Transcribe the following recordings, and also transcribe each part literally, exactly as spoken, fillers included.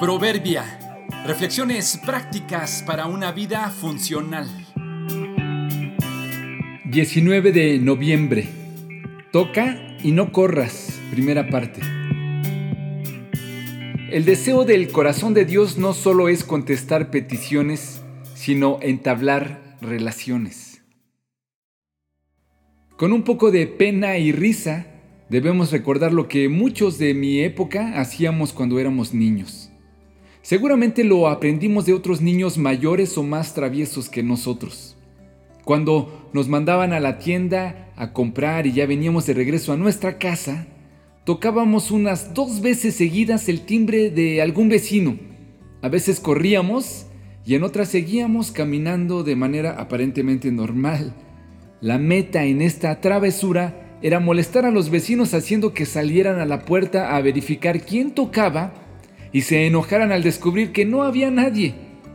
Proverbia. Reflexiones prácticas para una vida funcional. diecinueve de noviembre. Toca y no corras. Primera parte. El deseo del corazón de Dios no solo es contestar peticiones, sino entablar relaciones. Con un poco de pena y risa, debemos recordar lo que muchos de mi época hacíamos cuando éramos niños. Seguramente lo aprendimos de otros niños mayores o más traviesos que nosotros. Cuando nos mandaban a la tienda a comprar y ya veníamos de regreso a nuestra casa, tocábamos unas dos veces seguidas el timbre de algún vecino. A veces corríamos y en otras seguíamos caminando de manera aparentemente normal. La meta en esta travesura era molestar a los vecinos haciendo que salieran a la puerta a verificar quién tocaba y se enojaran al descubrir que no había nadie.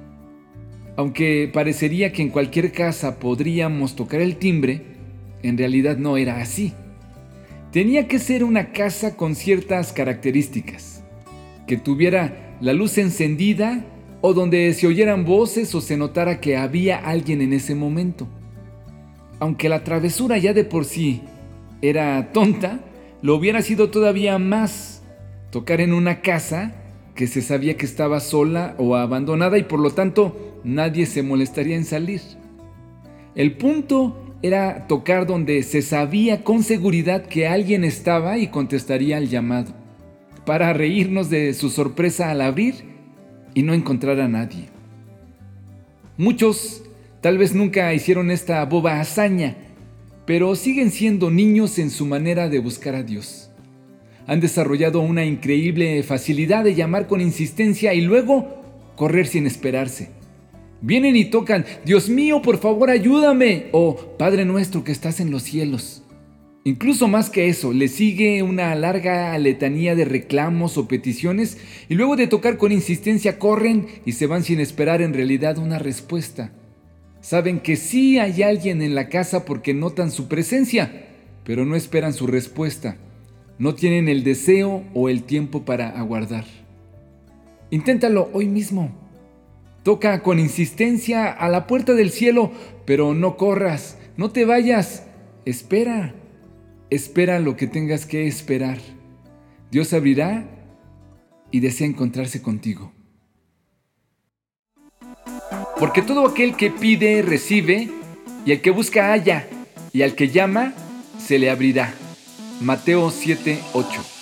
Aunque parecería que en cualquier casa podríamos tocar el timbre, en realidad no era así. Tenía que ser una casa con ciertas características, que tuviera la luz encendida o donde se oyeran voces o se notara que había alguien en ese momento. Aunque la travesura ya de por sí era tonta, lo hubiera sido todavía más tocar en una casa que se sabía que estaba sola o abandonada y por lo tanto nadie se molestaría en salir. El punto era tocar donde se sabía con seguridad que alguien estaba y contestaría al llamado, para reírnos de su sorpresa al abrir y no encontrar a nadie. Muchos tal vez nunca hicieron esta boba hazaña, pero siguen siendo niños en su manera de buscar a Dios. Han desarrollado una increíble facilidad de llamar con insistencia y luego correr sin esperarse. Vienen y tocan: Dios mío, por favor, ayúdame, o Padre nuestro que estás en los cielos. Incluso más que eso, le sigue una larga letanía de reclamos o peticiones y luego de tocar con insistencia corren y se van sin esperar en realidad una respuesta. Saben que sí hay alguien en la casa porque notan su presencia, pero no esperan su respuesta. No tienen el deseo o el tiempo para aguardar. Inténtalo hoy mismo. Toca con insistencia a la puerta del cielo, pero no corras, no te vayas. Espera, espera lo que tengas que esperar. Dios abrirá y desea encontrarse contigo. Porque todo aquel que pide, recibe, y el que busca, halla, y al que llama, se le abrirá. Mateo siete ocho.